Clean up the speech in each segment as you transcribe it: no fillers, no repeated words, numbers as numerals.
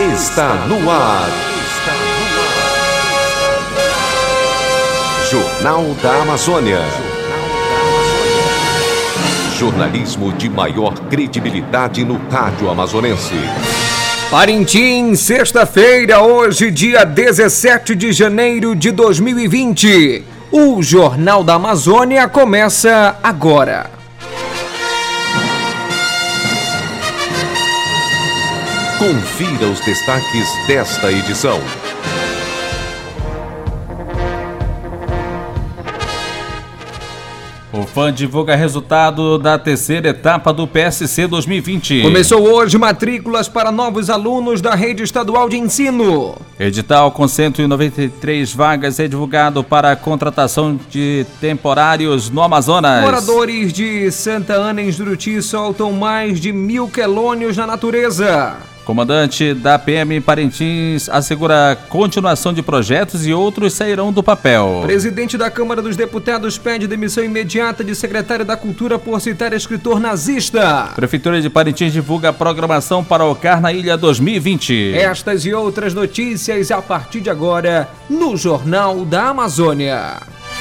está no ar. Jornal da Amazônia. Jornalismo de maior credibilidade no rádio amazonense. Parintins, sexta-feira, hoje, dia 17 de janeiro de 2020. O Jornal da Amazônia começa agora. Confira os destaques desta edição. O FAM divulga resultado da terceira etapa do PSC 2020. Começou hoje matrículas para novos alunos da rede estadual de ensino. Edital com 193 vagas é divulgado para a contratação de temporários no Amazonas. Moradores de Santa Ana, em Juruti, soltam mais de 1.000 quelônios na natureza. Comandante da PM Parintins assegura continuação de projetos e outros sairão do papel. Presidente da Câmara dos Deputados pede demissão imediata de secretário da Cultura por citar escritor nazista. Prefeitura de Parintins divulga a programação para o Carna Ilha 2020. Estas e outras notícias a partir de agora no Jornal da Amazônia.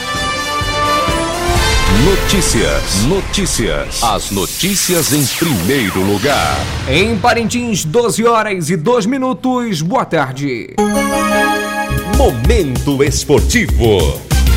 Notícias. As notícias em primeiro lugar. Em Parintins, 12h02. Boa tarde. Momento esportivo.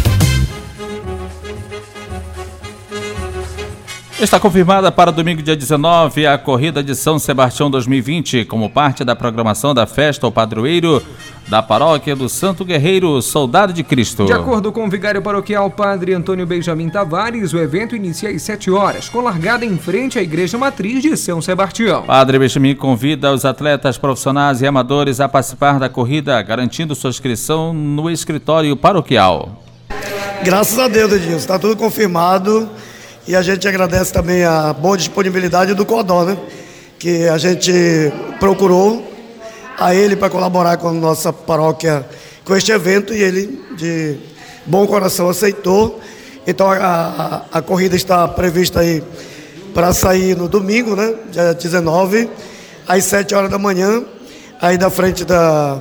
Está confirmada para domingo, dia 19, a Corrida de São Sebastião 2020, como parte da programação da festa ao padroeiro da paróquia do Santo Guerreiro Soldado de Cristo. De acordo com o vigário paroquial Padre Antônio Benjamin Tavares, o evento inicia às 7 horas, com largada em frente à Igreja Matriz de São Sebastião. Padre Benjamin convida os atletas profissionais e amadores a participar da corrida, garantindo sua inscrição no escritório paroquial. Graças a Deus, Edinho, está tudo confirmado. E a gente agradece também a boa disponibilidade do Codó, né? Que a gente procurou a ele para colaborar com a nossa paróquia com este evento e ele, de bom coração, aceitou. Então a corrida está prevista aí para sair no domingo, né? Dia 19, às 7 horas da manhã, aí da frente da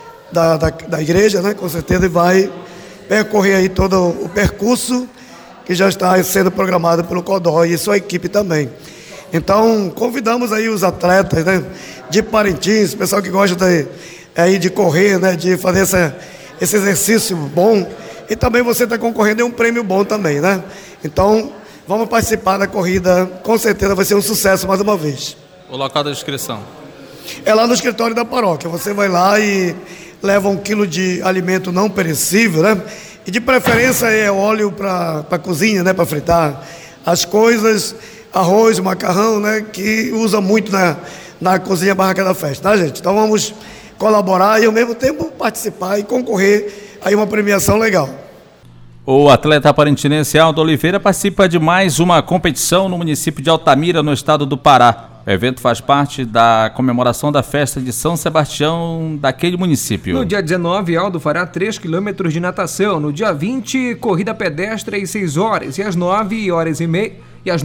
igreja, né? Com certeza, e vai percorrer aí todo o percurso que já está sendo programado pelo Codó e sua equipe também. Então, convidamos aí os atletas, né, de Parintins, pessoal que gosta de correr, né, de fazer esse exercício bom, e também você está concorrendo a um prêmio bom também, né? Então, vamos participar da corrida, com certeza vai ser um sucesso mais uma vez. O local da inscrição? É lá no escritório da paróquia, você vai lá e leva 1 quilo de alimento não perecível, né? E de preferência é óleo para cozinha, né? Para fritar as coisas, arroz, macarrão, né? Que usa muito na cozinha Barraca da Festa, tá, gente? Então vamos colaborar e ao mesmo tempo participar e concorrer a uma premiação legal. O atleta parintinense Aldo Oliveira participa de mais uma competição no município de Altamira, no estado do Pará. O evento faz parte da comemoração da festa de São Sebastião daquele município. No dia 19, Aldo fará 3 quilômetros de natação. No dia 20, corrida pedestre às 6 horas. E às 9h30,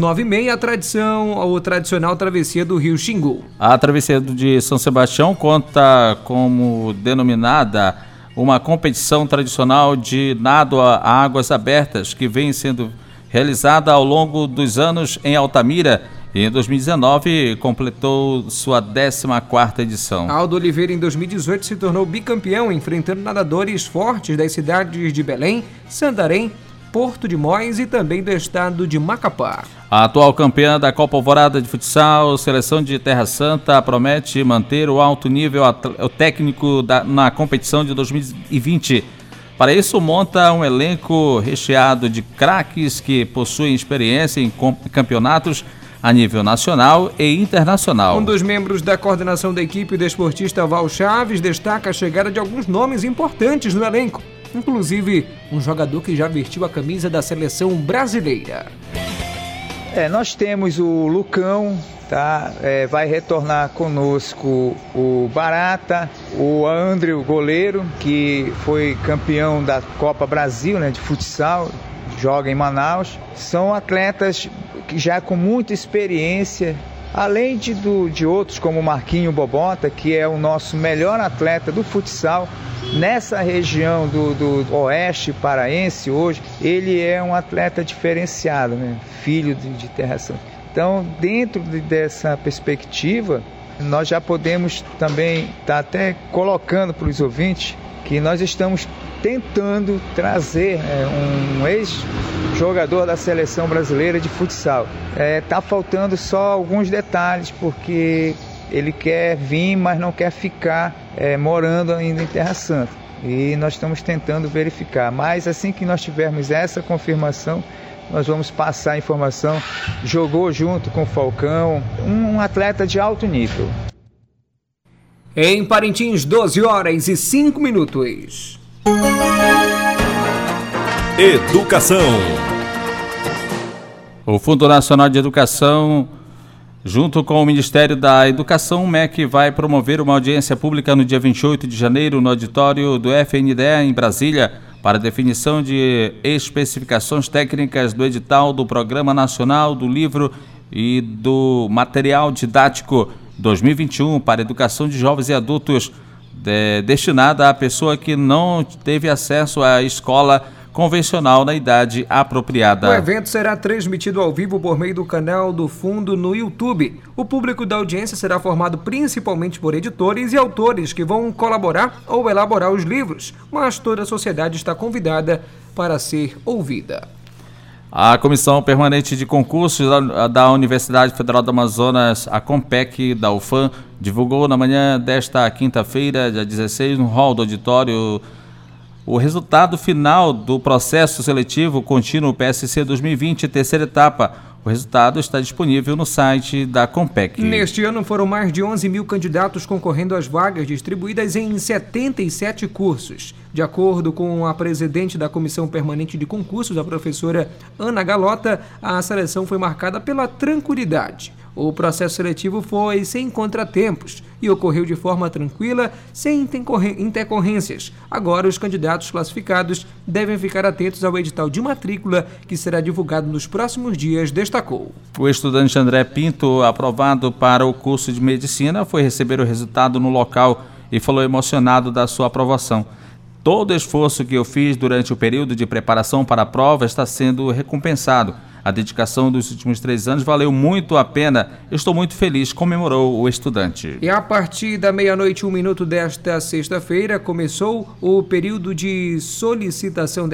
a tradicional travessia do Rio Xingu. A travessia de São Sebastião conta como denominada uma competição tradicional de nado a águas abertas que vem sendo realizada ao longo dos anos em Altamira. E em 2019 completou sua 14ª edição. Aldo Oliveira, em 2018, se tornou bicampeão, enfrentando nadadores fortes das cidades de Belém, Santarém, Porto de Mós e também do estado de Macapá. A atual campeã da Copa Alvorada de Futsal, seleção de Terra Santa, promete manter o alto nível técnico na competição de 2020. Para isso, monta um elenco recheado de craques que possuem experiência em campeonatos a nível nacional e internacional. Um dos membros da coordenação da equipe, o desportista Val Chaves, destaca a chegada de alguns nomes importantes no elenco, inclusive um jogador que já vestiu a camisa da seleção brasileira. Nós temos o Lucão, tá? Vai retornar conosco o Barata, o André, o goleiro, que foi campeão da Copa Brasil, né, de futsal, joga em Manaus. São atletas que já com muita experiência além de outros como o Marquinho Bobota, que é o nosso melhor atleta do futsal nessa região do oeste paraense hoje. Ele é um atleta diferenciado, né? Filho de Terra Santa. Então, dentro dessa perspectiva, nós já podemos também estar até colocando para os ouvintes que nós estamos tentando trazer um ex-jogador da seleção brasileira de futsal. Está faltando só alguns detalhes, porque ele quer vir, mas não quer ficar morando ainda em Terra Santa. E nós estamos tentando verificar. Mas assim que nós tivermos essa confirmação, nós vamos passar a informação. Jogou junto com o Falcão, um atleta de alto nível. Em Parintins, 12h05. Educação. O Fundo Nacional de Educação, junto com o Ministério da Educação, o MEC, vai promover uma audiência pública no dia 28 de janeiro no auditório do FNDE em Brasília para definição de especificações técnicas do edital do Programa Nacional do Livro e do Material Didático 2021 para educação de jovens e adultos, destinada à pessoa que não teve acesso à escola convencional na idade apropriada. O evento será transmitido ao vivo por meio do canal do Fundo no YouTube. O público da audiência será formado principalmente por editores e autores que vão colaborar ou elaborar os livros, mas toda a sociedade está convidada para ser ouvida. A Comissão Permanente de Concursos da Universidade Federal do Amazonas, a COMPEC da UFAM, divulgou na manhã desta quinta-feira, dia 16, no hall do auditório, o resultado final do processo seletivo contínuo PSC 2020, terceira etapa. O resultado está disponível no site da COMPEC. Neste ano foram mais de 11 mil candidatos concorrendo às vagas distribuídas em 77 cursos. De acordo com a presidente da Comissão Permanente de Concursos, a professora Ana Galota, a seleção foi marcada pela tranquilidade. O processo seletivo foi sem contratempos e ocorreu de forma tranquila, sem intercorrências. Agora, os candidatos classificados devem ficar atentos ao edital de matrícula, que será divulgado nos próximos dias, destacou. O estudante André Pinto, aprovado para o curso de medicina, foi receber o resultado no local e falou emocionado da sua aprovação. Todo o esforço que eu fiz durante o período de preparação para a prova está sendo recompensado. A dedicação dos últimos 3 anos valeu muito a pena. Estou muito feliz, comemorou o estudante. E a partir da 00:01 desta sexta-feira, começou o período de solicitação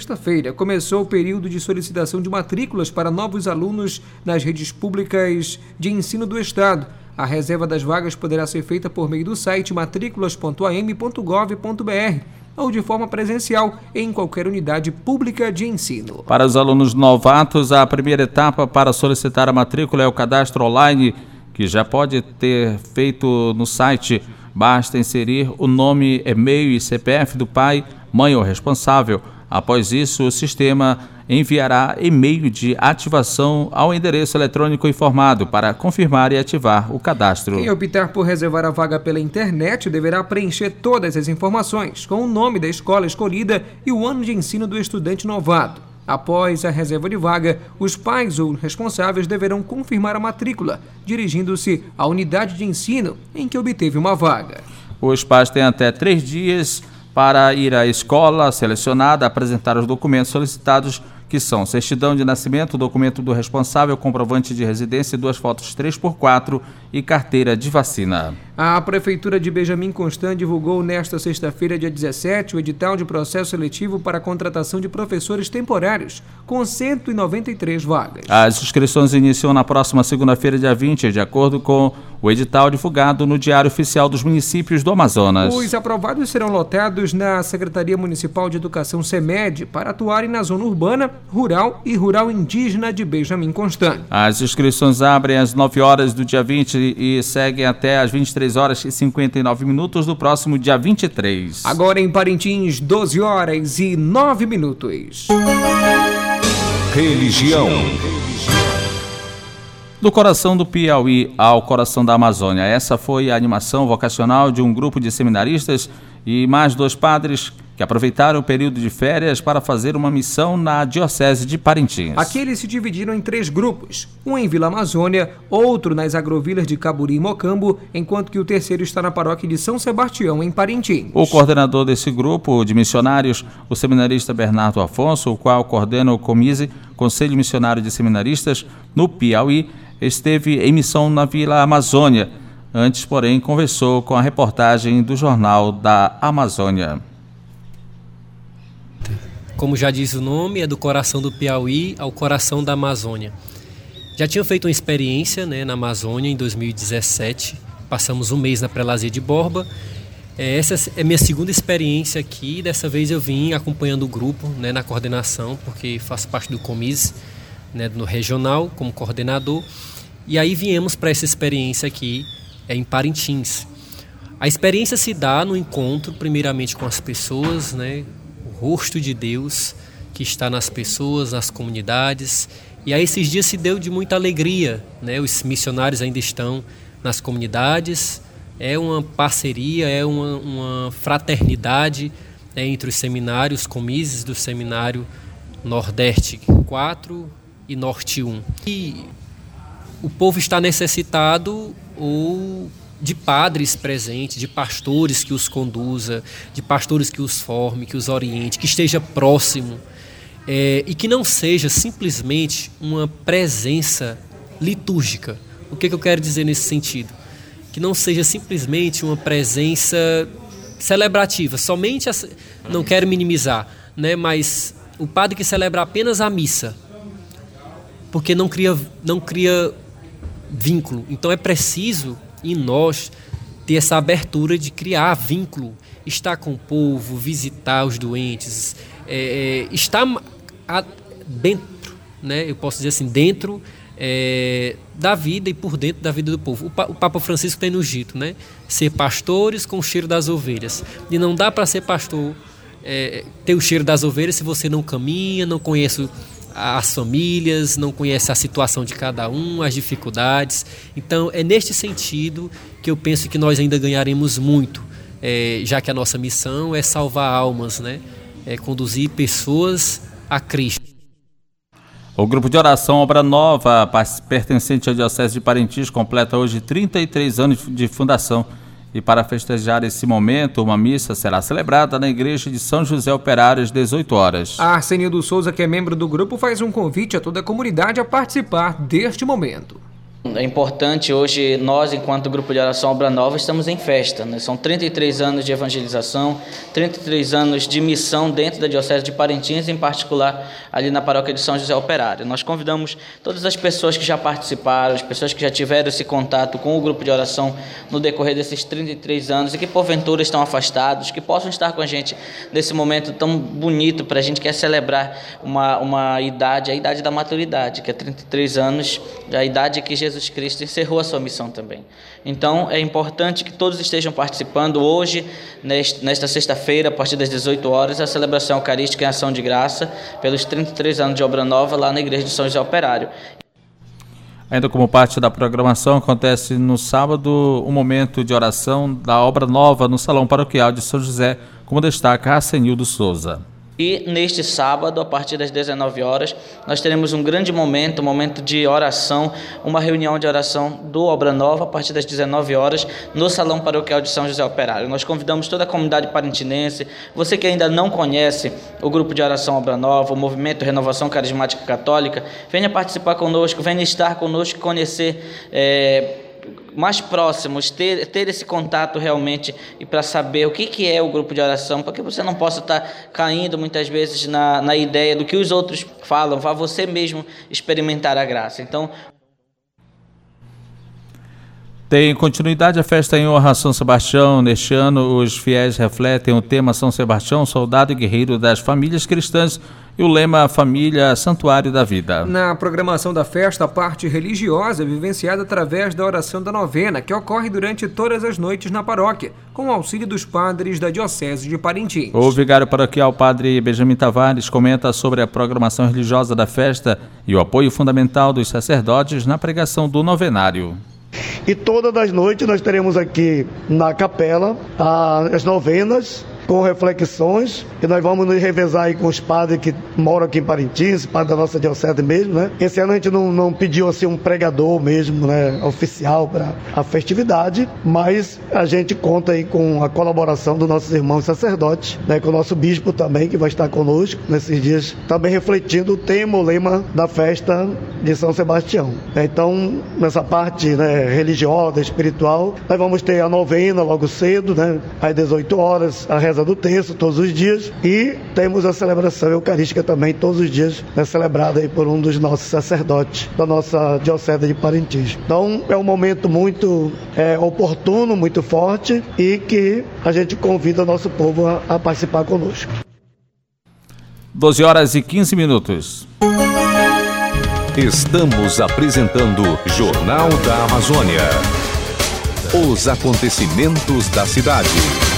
de matrículas para novos alunos nas redes públicas de ensino do Estado. A reserva das vagas poderá ser feita por meio do site matriculas.am.gov.br ou de forma presencial em qualquer unidade pública de ensino. Para os alunos novatos, a primeira etapa para solicitar a matrícula é o cadastro online, que já pode ter feito no site. Basta inserir o nome, e-mail e CPF do pai, mãe ou responsável. Após isso, o sistema enviará e-mail de ativação ao endereço eletrônico informado para confirmar e ativar o cadastro. Quem optar por reservar a vaga pela internet deverá preencher todas as informações, com o nome da escola escolhida e o ano de ensino do estudante novato. Após a reserva de vaga, os pais ou responsáveis deverão confirmar a matrícula, dirigindo-se à unidade de ensino em que obteve uma vaga. Os pais têm até 3 dias para ir à escola selecionada, apresentar os documentos solicitados, que são certidão de nascimento, documento do responsável, comprovante de residência, 2 fotos 3x4 e carteira de vacina. A Prefeitura de Benjamin Constant divulgou nesta sexta-feira, dia 17, o edital de processo seletivo para a contratação de professores temporários, com 193 vagas. As inscrições iniciam na próxima segunda-feira, dia 20, de acordo com o edital divulgado no Diário Oficial dos Municípios do Amazonas. Os aprovados serão lotados na Secretaria Municipal de Educação SEMED para atuarem na zona urbana, rural e rural indígena de Benjamin Constant. As inscrições abrem às 9 horas do dia 20 e seguem até às 23h59 do próximo dia 23. Agora em Parintins, 12h09. Religião. Do coração do Piauí ao coração da Amazônia. Essa foi a animação vocacional de um grupo de seminaristas e mais 2 padres que aproveitaram o período de férias para fazer uma missão na Diocese de Parintins. Aqui eles se dividiram em 3 grupos, um em Vila Amazônia, outro nas agrovilas de Caburi e Mocambo, enquanto que o terceiro está na paróquia de São Sebastião, em Parintins. O coordenador desse grupo de missionários, o seminarista Bernardo Afonso, o qual coordena o COMISE, Conselho Missionário de Seminaristas, no Piauí, esteve em missão na Vila Amazônia. Antes, porém, conversou com a reportagem do Jornal da Amazônia. Como já diz o nome, é do coração do Piauí ao coração da Amazônia. Já tinha feito uma experiência, na Amazônia em 2017, passamos um mês na Prelazia de Borba. Essa é minha segunda experiência aqui, dessa vez eu vim acompanhando o grupo, na coordenação, porque faço parte do COMISE, no regional, como coordenador, e aí viemos para essa experiência aqui em Parintins. A experiência se dá no encontro, primeiramente com as pessoas, o rosto de Deus que está nas pessoas, nas comunidades. E aí esses dias se deu de muita alegria, os missionários ainda estão nas comunidades, é uma parceria, é uma fraternidade entre os seminários, comises do Seminário Nordeste 4 e Norte 1. E o povo está necessitado de padres presentes, de pastores que os conduza, de pastores que os forme, que os oriente, que esteja próximo, e que não seja simplesmente uma presença litúrgica. O que eu quero dizer nesse sentido? Que não seja simplesmente uma presença celebrativa, somente, não quero minimizar, mas o padre que celebra apenas a missa, porque não cria vínculo. Então é preciso em nós ter essa abertura de criar vínculo, estar com o povo, visitar os doentes, estar dentro, eu posso dizer assim, dentro da vida e por dentro da vida do povo. O Papa Francisco tem nos dito, ser pastores com o cheiro das ovelhas. E não dá para ser pastor, ter o cheiro das ovelhas se você não caminha, não conhece as famílias, não conhece a situação de cada um, as dificuldades. Então é neste sentido que eu penso que nós ainda ganharemos muito, já que a nossa missão é salvar almas, conduzir pessoas a Cristo. O grupo de oração Obra Nova, pertencente à Diocese de Parintins, completa hoje 33 anos de fundação. E para festejar esse momento, uma missa será celebrada na Igreja de São José Operário às 18 horas. A Arsenildo Souza, que é membro do grupo, faz um convite a toda a comunidade a participar deste momento. É importante hoje, nós enquanto grupo de oração Obra Nova estamos em festa, São 33 anos de evangelização, 33 anos de missão dentro da Diocese de Parintins, em particular ali na paróquia de São José Operário. Nós convidamos todas as pessoas que já participaram, as pessoas que já tiveram esse contato com o grupo de oração no decorrer desses 33 anos e que porventura estão afastados, que possam estar com a gente nesse momento tão bonito para a gente que é celebrar uma idade, a idade da maturidade, que é 33 anos, a idade que Jesus Cristo encerrou a sua missão também. Então é importante que todos estejam participando hoje, nesta sexta-feira, a partir das 18 horas, a celebração eucarística em ação de graça pelos 33 anos de Obra Nova lá na Igreja de São José Operário. Ainda como parte da programação, acontece no sábado um momento de oração da Obra Nova no Salão Paroquial de São José, como destaca a Arsenildo Souza. E neste sábado, a partir das 19 horas, nós teremos um grande momento, um momento de oração, uma reunião de oração do Obra Nova, a partir das 19 horas, no Salão Paroquial de São José Operário. Nós convidamos toda a comunidade parintinense, você que ainda não conhece o grupo de oração Obra Nova, o Movimento Renovação Carismática Católica, venha participar conosco, venha estar conosco, conhecer mais próximos, ter esse contato realmente e para saber o que é o grupo de oração, para que você não possa estar caindo muitas vezes na ideia do que os outros falam, vá você mesmo experimentar a graça. Então, tem continuidade a festa em honra a São Sebastião. Neste ano, os fiéis refletem o tema São Sebastião, soldado e guerreiro das famílias cristãs, e o lema Família, Santuário da Vida. Na programação da festa, a parte religiosa é vivenciada através da oração da novena, que ocorre durante todas as noites na paróquia, com o auxílio dos padres da Diocese de Parintins. O vigário paroquial Padre Benjamin Tavares comenta sobre a programação religiosa da festa e o apoio fundamental dos sacerdotes na pregação do novenário. E todas as noites nós teremos aqui na capela as novenas com reflexões, e nós vamos nos revezar aí com os padres que moram aqui em Parintins, padres da nossa diocese mesmo, né? Esse ano a gente não pediu assim um pregador mesmo, né, oficial para a festividade, mas a gente conta aí com a colaboração dos nossos irmãos sacerdotes, né, com o nosso bispo também, que vai estar conosco nesses dias, também refletindo o tema, o lema da festa de São Sebastião. Então, nessa parte, né, religiosa, espiritual, nós vamos ter a novena logo cedo, né, às 18 horas, a reza do terço todos os dias, e temos a celebração eucarística também todos os dias, né, celebrada aí por um dos nossos sacerdotes da nossa diocese de Parintins. Então, é um momento muito oportuno, muito forte, e que a gente convida o nosso povo a participar conosco. 12 horas e 15 minutos. Estamos apresentando Jornal da Amazônia. Os acontecimentos da cidade.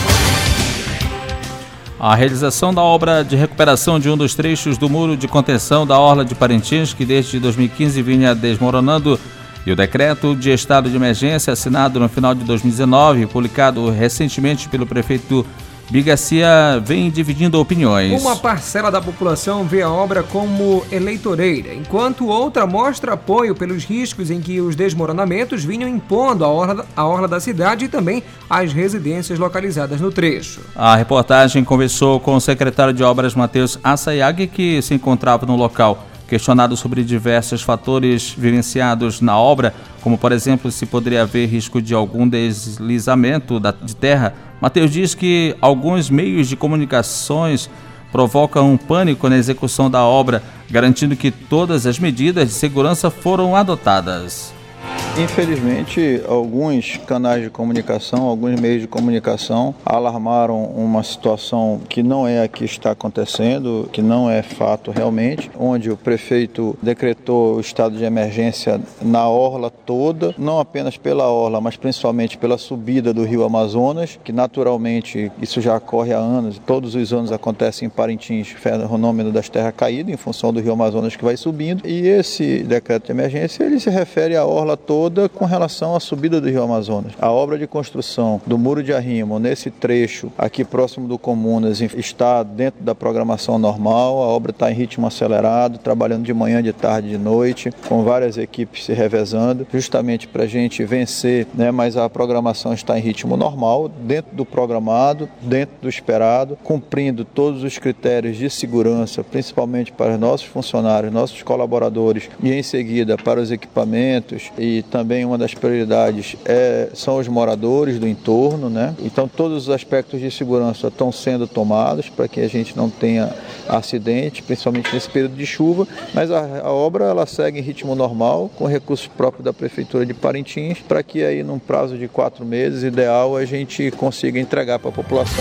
A realização da obra de recuperação de um dos trechos do muro de contenção da Orla de Parintins, que desde 2015 vinha desmoronando, e o decreto de estado de emergência assinado no final de 2019, publicado recentemente pelo prefeito Bigacia, vem dividindo opiniões. Uma parcela da população vê a obra como eleitoreira, enquanto outra mostra apoio pelos riscos em que os desmoronamentos vinham impondo a orla da cidade e também as residências localizadas no trecho. A reportagem conversou com o secretário de Obras, Matheus Assayag, que se encontrava no local. Questionado sobre diversos fatores vivenciados na obra, como por exemplo se poderia haver risco de algum deslizamento de terra, Matheus diz que alguns meios de comunicações provocam um pânico na execução da obra, garantindo que todas as medidas de segurança foram adotadas. Infelizmente, alguns canais de comunicação, alguns meios de comunicação alarmaram uma situação que não é a que está acontecendo, que não é fato realmente, onde o prefeito decretou o estado de emergência na orla toda, não apenas pela orla, mas principalmente pela subida do rio Amazonas, que naturalmente isso já ocorre há anos, todos os anos acontece em Parintins, fenômeno das terras caídas em função do rio Amazonas que vai subindo, e esse decreto de emergência ele se refere à orla toda com relação à subida do rio Amazonas. A obra de construção do muro de arrimo nesse trecho aqui próximo do Comunas está dentro da programação normal, a obra está em ritmo acelerado, trabalhando de manhã, de tarde, de noite, com várias equipes se revezando, justamente para a gente vencer, né? Mas a programação está em ritmo normal, dentro do programado, dentro do esperado, cumprindo todos os critérios de segurança, principalmente para os nossos funcionários, nossos colaboradores, e em seguida para os equipamentos. E também uma das prioridades são os moradores do entorno, né? Então todos os aspectos de segurança estão sendo tomados para que a gente não tenha acidente, principalmente nesse período de chuva, mas a obra ela segue em ritmo normal, com recursos próprios da Prefeitura de Parintins, para que aí num prazo de 4 meses, ideal, a gente consiga entregar para a população.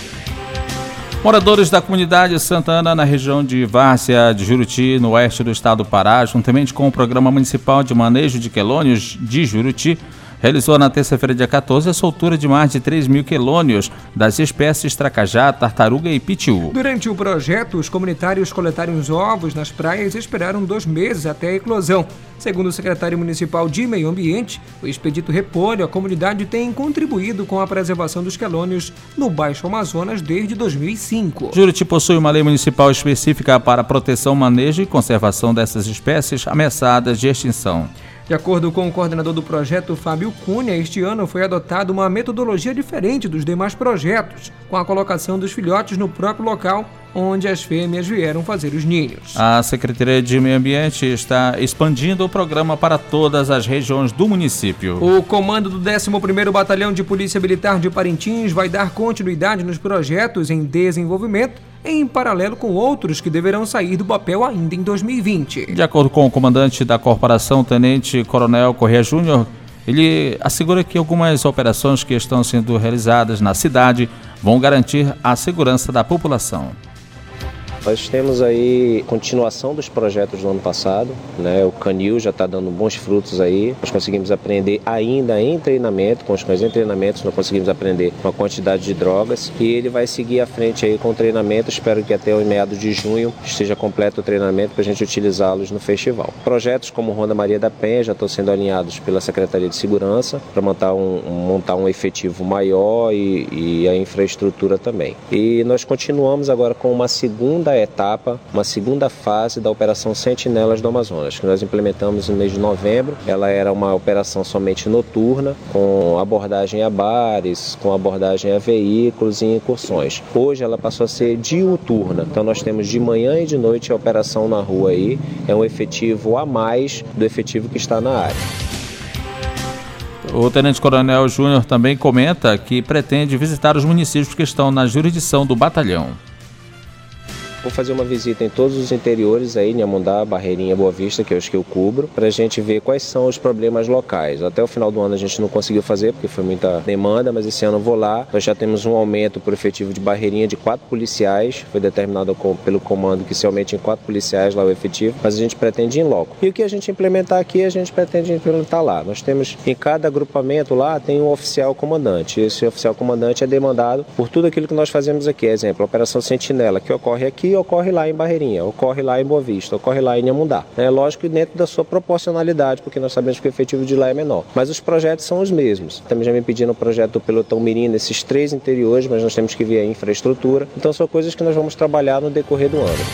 Moradores da comunidade Santa Ana, na região de Várzea de Juruti, no oeste do estado do Pará, juntamente com o Programa Municipal de Manejo de Quelônios de Juruti, realizou na terça-feira, dia 14, a soltura de mais de 3.000 quelônios das espécies tracajá, tartaruga e pitiu. Durante o projeto, os comunitários coletaram os ovos nas praias e esperaram 2 meses até a eclosão. Segundo o secretário municipal de Meio Ambiente, o Expedito Repolho, a comunidade tem contribuído com a preservação dos quelônios no Baixo Amazonas desde 2005. Juruti possui uma lei municipal específica para a proteção, manejo e conservação dessas espécies ameaçadas de extinção. De acordo com o coordenador do projeto, Fábio Cunha, este ano foi adotada uma metodologia diferente dos demais projetos, com a colocação dos filhotes no próprio local onde as fêmeas vieram fazer os ninhos. A Secretaria de Meio Ambiente está expandindo o programa para todas as regiões do município. O comando do 11º Batalhão de Polícia Militar de Parintins vai dar continuidade nos projetos em desenvolvimento, em paralelo com outros que deverão sair do papel ainda em 2020. De acordo com o comandante da corporação, Tenente Coronel Corrêa Júnior, ele assegura que algumas operações que estão sendo realizadas na cidade vão garantir a segurança da população. Nós temos aí continuação dos projetos do ano passado, né? O Canil já está dando bons frutos aí. Nós conseguimos aprender ainda em treinamento, com os cães em treinamentos, nós conseguimos aprender uma quantidade de drogas e ele vai seguir à frente aí com o treinamento. Espero que até o meados de junho esteja completo o treinamento para a gente utilizá-los no festival. Projetos como Ronda Maria da Penha já estão sendo alinhados pela Secretaria de Segurança para montar um efetivo maior e a infraestrutura também. E nós continuamos agora com uma segunda etapa, uma segunda fase da Operação Sentinelas do Amazonas, que nós implementamos no mês de novembro. Ela era uma operação somente noturna, com abordagem a bares, com abordagem a veículos e incursões. Hoje ela passou a ser diuturna, então nós temos de manhã e de noite a operação na rua aí, é um efetivo a mais do efetivo que está na área. O Tenente Coronel Júnior também comenta que pretende visitar os municípios que estão na jurisdição do batalhão. Vou fazer uma visita em todos os interiores aí, Nhamundá, Barreirinha, Boa Vista, que é os que eu cubro, para a gente ver quais são os problemas locais. Até o final do ano a gente não conseguiu fazer, porque foi muita demanda, mas esse ano eu vou lá. Nós já temos um aumento por efetivo de Barreirinha de 4 policiais, foi determinado pelo comando que se aumente em 4 policiais lá o efetivo, mas a gente pretende ir em loco. E o que a gente implementar aqui, a gente pretende implementar lá. Nós temos, em cada agrupamento lá, tem um oficial comandante. Esse oficial comandante é demandado por tudo aquilo que nós fazemos aqui. Exemplo, a Operação Sentinela, que ocorre aqui, ocorre lá em Barreirinha, ocorre lá em Boa Vista, ocorre lá em Nhamundá. É lógico que dentro da sua proporcionalidade, porque nós sabemos que o efetivo de lá é menor. Mas os projetos são os mesmos. Também já me pediram o projeto do Pelotão Mirim nesses 3 interiores, mas nós temos que ver a infraestrutura. Então são coisas que nós vamos trabalhar no decorrer do ano.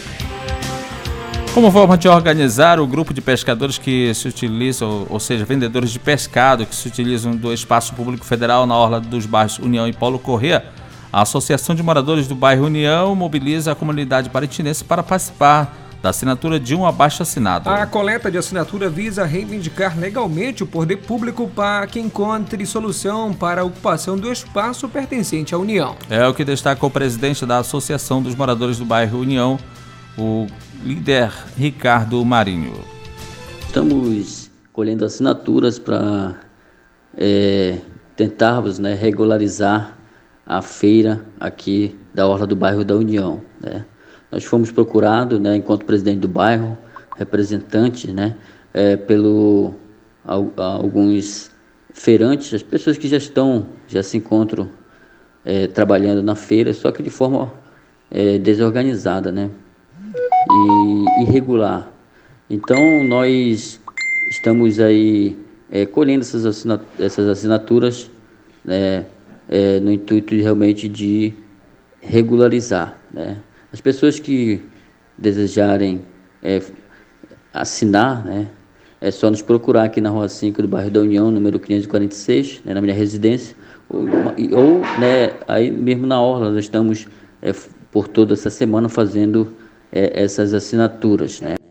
Como forma de organizar o grupo de pescadores que se utilizam, ou seja, vendedores de pescado que se utilizam do espaço público federal na orla dos bairros União e Paulo Corrêa, a Associação de Moradores do Bairro União mobiliza a comunidade parintinense para participar da assinatura de um abaixo-assinado. A coleta de assinatura visa reivindicar legalmente o poder público para que encontre solução para a ocupação do espaço pertencente à União. É o que destaca o presidente da Associação dos Moradores do Bairro União, o líder Ricardo Marinho. Estamos colhendo assinaturas para tentarmos regularizar a feira aqui da orla do bairro da União, né? Nós fomos procurados, né, enquanto presidente do bairro, representante, né, alguns feirantes, as pessoas que já se encontram trabalhando na feira, só que de forma desorganizada, né, e irregular. Então nós estamos aí colhendo essas assinaturas, né, no intuito realmente de regularizar, né? As pessoas que desejarem assinar, né, é só nos procurar aqui na Rua 5 do bairro da União, número 546, né, na minha residência, ou né, aí mesmo na orla. Nós estamos por toda essa semana fazendo essas assinaturas, né?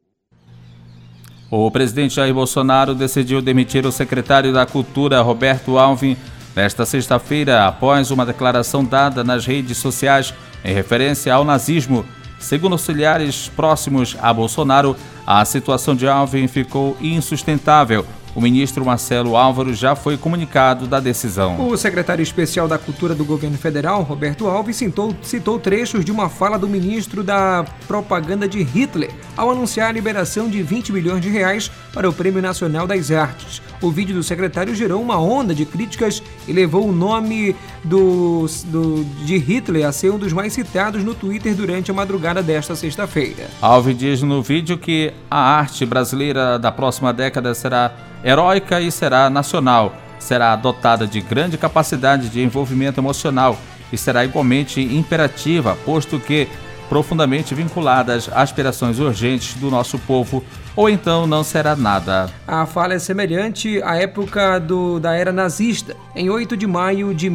O presidente Jair Bolsonaro decidiu demitir o secretário da Cultura, Roberto Alvim, nesta sexta-feira, após uma declaração dada nas redes sociais em referência ao nazismo. Segundo auxiliares próximos a Bolsonaro, a situação de Alvim ficou insustentável. O ministro Marcelo Álvaro já foi comunicado da decisão. O secretário especial da Cultura do governo federal, Roberto Alvim, citou trechos de uma fala do ministro da propaganda de Hitler ao anunciar a liberação de 20 milhões de reais para o Prêmio Nacional das Artes. O vídeo do secretário gerou uma onda de críticas e levou o nome de Hitler a ser um dos mais citados no Twitter durante a madrugada desta sexta-feira. Alvim diz no vídeo que a arte brasileira da próxima década será heróica e será nacional, será dotada de grande capacidade de envolvimento emocional e será igualmente imperativa, posto que profundamente vinculada às aspirações urgentes do nosso povo, ou então não será nada. A fala é semelhante à época da era nazista, em 8 de maio de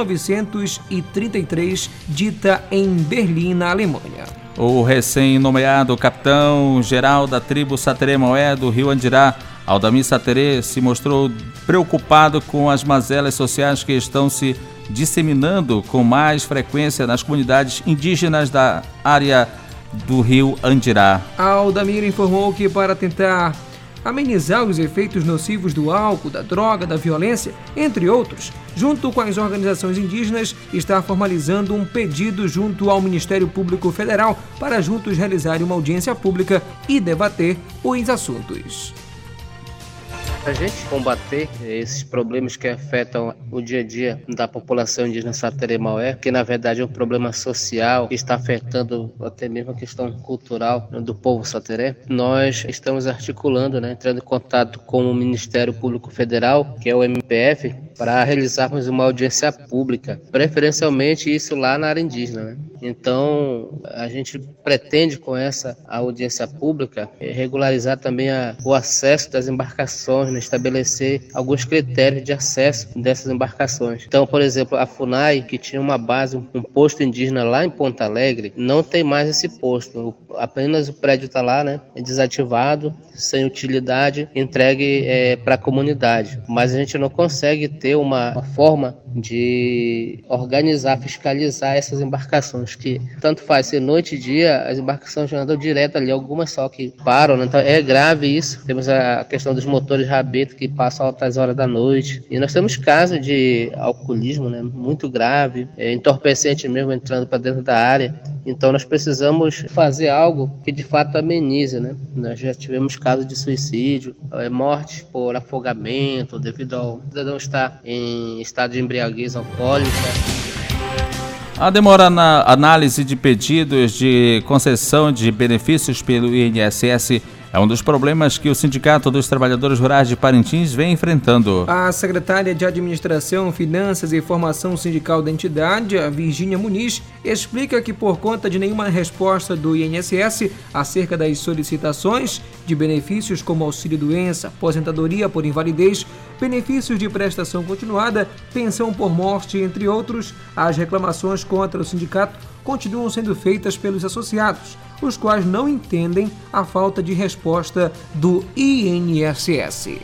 1933, dita em Berlim, na Alemanha. O recém-nomeado capitão-geral da tribo Sateré-Moé do Rio Andirá, Aldamir Sateré, se mostrou preocupado com as mazelas sociais que estão se disseminando com mais frequência nas comunidades indígenas da área do Rio Andirá. Aldamir informou que para tentar amenizar os efeitos nocivos do álcool, da droga, da violência, entre outros, junto com as organizações indígenas, está formalizando um pedido junto ao Ministério Público Federal para juntos realizarem uma audiência pública e debater os assuntos. A gente combater esses problemas que afetam o dia a dia da população indígena Sateré-Maué, que na verdade é um problema social que está afetando até mesmo a questão cultural do povo Sateré, nós estamos articulando, entrando em contato com o Ministério Público Federal, que é o MPF, para realizarmos uma audiência pública, preferencialmente isso lá na área indígena. Então, a gente pretende com essa audiência pública regularizar também o acesso das embarcações, estabelecer alguns critérios de acesso dessas embarcações. Então, por exemplo, a FUNAI, que tinha uma base, um posto indígena lá em Ponta Alegre, não tem mais esse posto. Apenas o prédio está lá, desativado, sem utilidade, entregue para a comunidade. Mas a gente não consegue ter uma forma de organizar, fiscalizar essas embarcações, que tanto faz ser noite e dia, as embarcações já andam direto ali, algumas só que param, Então é grave isso. Temos a questão dos motores rabeta que passam altas horas da noite, e nós temos casos de alcoolismo, muito grave, entorpecente mesmo entrando para dentro da área. Então nós precisamos fazer algo que de fato amenize, Nós já tivemos casos de suicídio, mortes por afogamento, devido ao cidadão estar em estado de embriaguez alcoólica. A demora na análise de pedidos de concessão de benefícios pelo INSS é um dos problemas que o Sindicato dos Trabalhadores Rurais de Parintins vem enfrentando. A secretária de Administração, Finanças e Formação Sindical da entidade, a Virgínia Muniz, explica que por conta de nenhuma resposta do INSS acerca das solicitações de benefícios como auxílio-doença, aposentadoria por invalidez, benefícios de prestação continuada, pensão por morte, entre outros, as reclamações contra o sindicato continuam sendo feitas pelos associados, os quais não entendem a falta de resposta do INSS.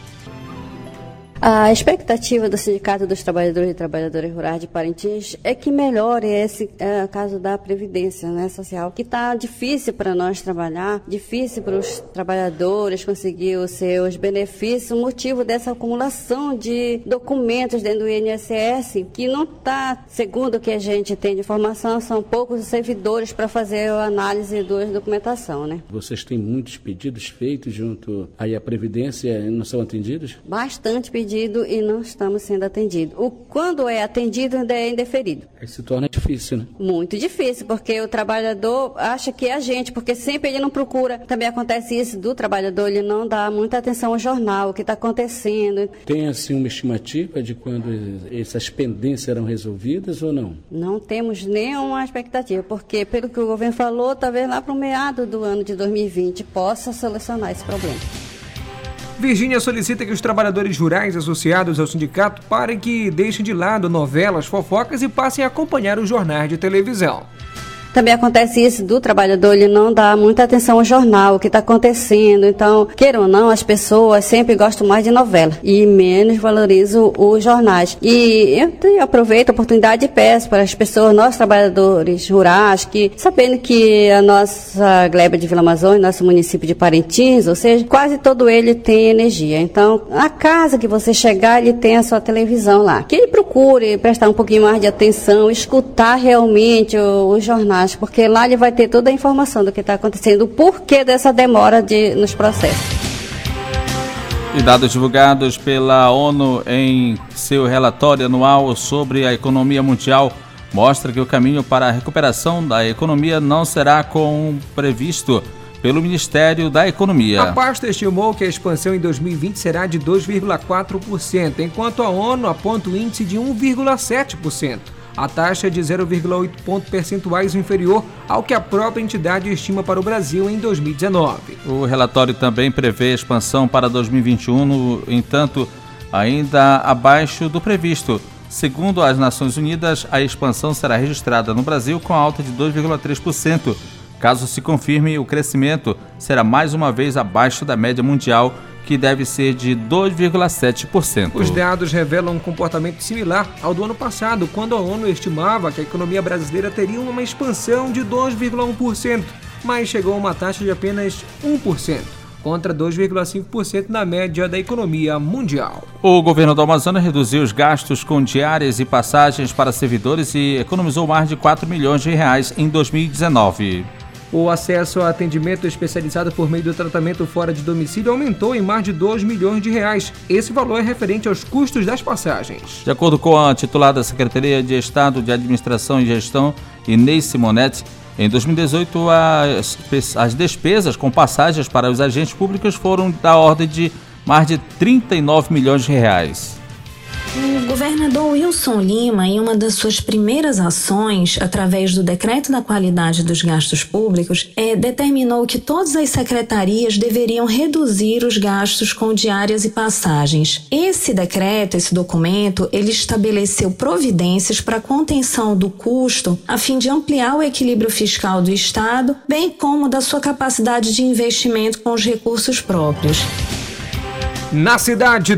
A expectativa do Sindicato dos Trabalhadores e Trabalhadoras Rurais de Parintins é que melhore esse caso da Previdência Social, que está difícil para nós trabalhar, difícil para os trabalhadores conseguir os seus benefícios, o motivo dessa acumulação de documentos dentro do INSS, que não está, segundo o que a gente tem de informação, são poucos servidores para fazer a análise da documentação, Vocês têm muitos pedidos feitos junto aí à Previdência e não são atendidos? Bastante pedido e não estamos sendo atendidos. Quando é atendido, ainda é indeferido. Aí se torna difícil, Muito difícil, porque o trabalhador acha que é a gente, porque sempre ele não procura. Também acontece isso do trabalhador, ele não dá muita atenção ao jornal, o que está acontecendo. Tem, assim, uma estimativa de quando essas pendências serão resolvidas ou não? Não temos nenhuma expectativa, porque, pelo que o governo falou, talvez lá para o meado do ano de 2020 possa solucionar esse problema. Virgínia solicita que os trabalhadores rurais associados ao sindicato parem que deixem de lado novelas, fofocas e passem a acompanhar os jornais de televisão. Também acontece isso do trabalhador, ele não dá muita atenção ao jornal, o que está acontecendo. Então, queiram ou não, as pessoas sempre gostam mais de novela e menos valorizam os jornais. E eu aproveito a oportunidade e peço para as pessoas, nós trabalhadores rurais, que sabendo que a nossa gleba de Vila Amazônia, nosso município de Parintins, ou seja, quase todo ele tem energia. Então, a casa que você chegar, ele tem a sua televisão lá. Que ele procure prestar um pouquinho mais de atenção, escutar realmente os jornais, porque lá ele vai ter toda a informação do que está acontecendo, o porquê dessa demora nos processos. E dados divulgados pela ONU em seu relatório anual sobre a economia mundial mostra que o caminho para a recuperação da economia não será como previsto pelo Ministério da Economia. A pasta estimou que a expansão em 2020 será de 2,4%, enquanto a ONU aponta o índice de 1,7%. A taxa é de 0,8 pontos percentuais inferior ao que a própria entidade estima para o Brasil em 2019. O relatório também prevê expansão para 2021, no entanto, ainda abaixo do previsto. Segundo as Nações Unidas, a expansão será registrada no Brasil com alta de 2,3%. Caso se confirme, o crescimento será mais uma vez abaixo da média mundial, que deve ser de 2,7%. Os dados revelam um comportamento similar ao do ano passado, quando a ONU estimava que a economia brasileira teria uma expansão de 2,1%, mas chegou a uma taxa de apenas 1%. contra 2,5% na média da economia mundial. O governo do Amazonas reduziu os gastos com diárias e passagens para servidores e economizou mais de R$4 milhões em 2019. O acesso a atendimento especializado por meio do tratamento fora de domicílio aumentou em mais de R$2 milhões. Esse valor é referente aos custos das passagens. De acordo com a titular da Secretaria de Estado de Administração e Gestão, Inês Simonetti, em 2018 as despesas com passagens para os agentes públicos foram da ordem de mais de R$39 milhões. O governador Wilson Lima, em uma das suas primeiras ações, através do Decreto da Qualidade dos Gastos Públicos, determinou que todas as secretarias deveriam reduzir os gastos com diárias e passagens. Esse decreto, esse documento, ele estabeleceu providências para a contenção do custo, a fim de ampliar o equilíbrio fiscal do Estado, bem como da sua capacidade de investimento com os recursos próprios. Na cidade,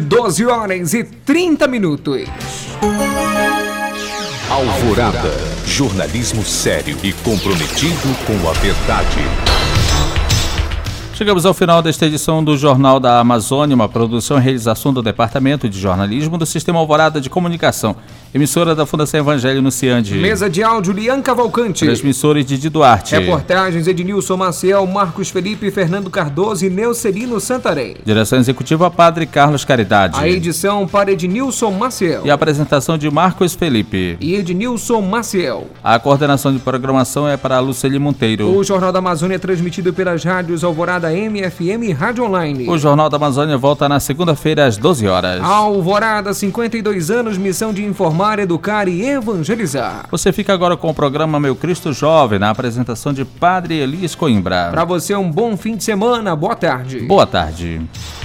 12h30. Alvorada, jornalismo sério e comprometido com a verdade. Chegamos ao final desta edição do Jornal da Amazônia, uma produção e realização do Departamento de Jornalismo do Sistema Alvorada de Comunicação, emissora da Fundação Evangelho no Ciande. Mesa de áudio, Lian Cavalcante. Transmissores, Didi Duarte. Reportagens, Ednilson Maciel, Marcos Felipe, Fernando Cardoso e Neucelino Santarém. Direção executiva, Padre Carlos Caridade. A edição para Ednilson Maciel. E a apresentação de Marcos Felipe. E Ednilson Maciel. A coordenação de programação é para Luceli Monteiro. O Jornal da Amazônia é transmitido pelas rádios Alvorada MFM e Rádio Online. O Jornal da Amazônia volta na segunda-feira às 12 horas. Alvorada, 52 anos, missão de informar, educar e evangelizar. Você fica agora com o programa Meu Cristo Jovem, na apresentação de Padre Elias Coimbra. Para você, um bom fim de semana. Boa tarde. Boa tarde.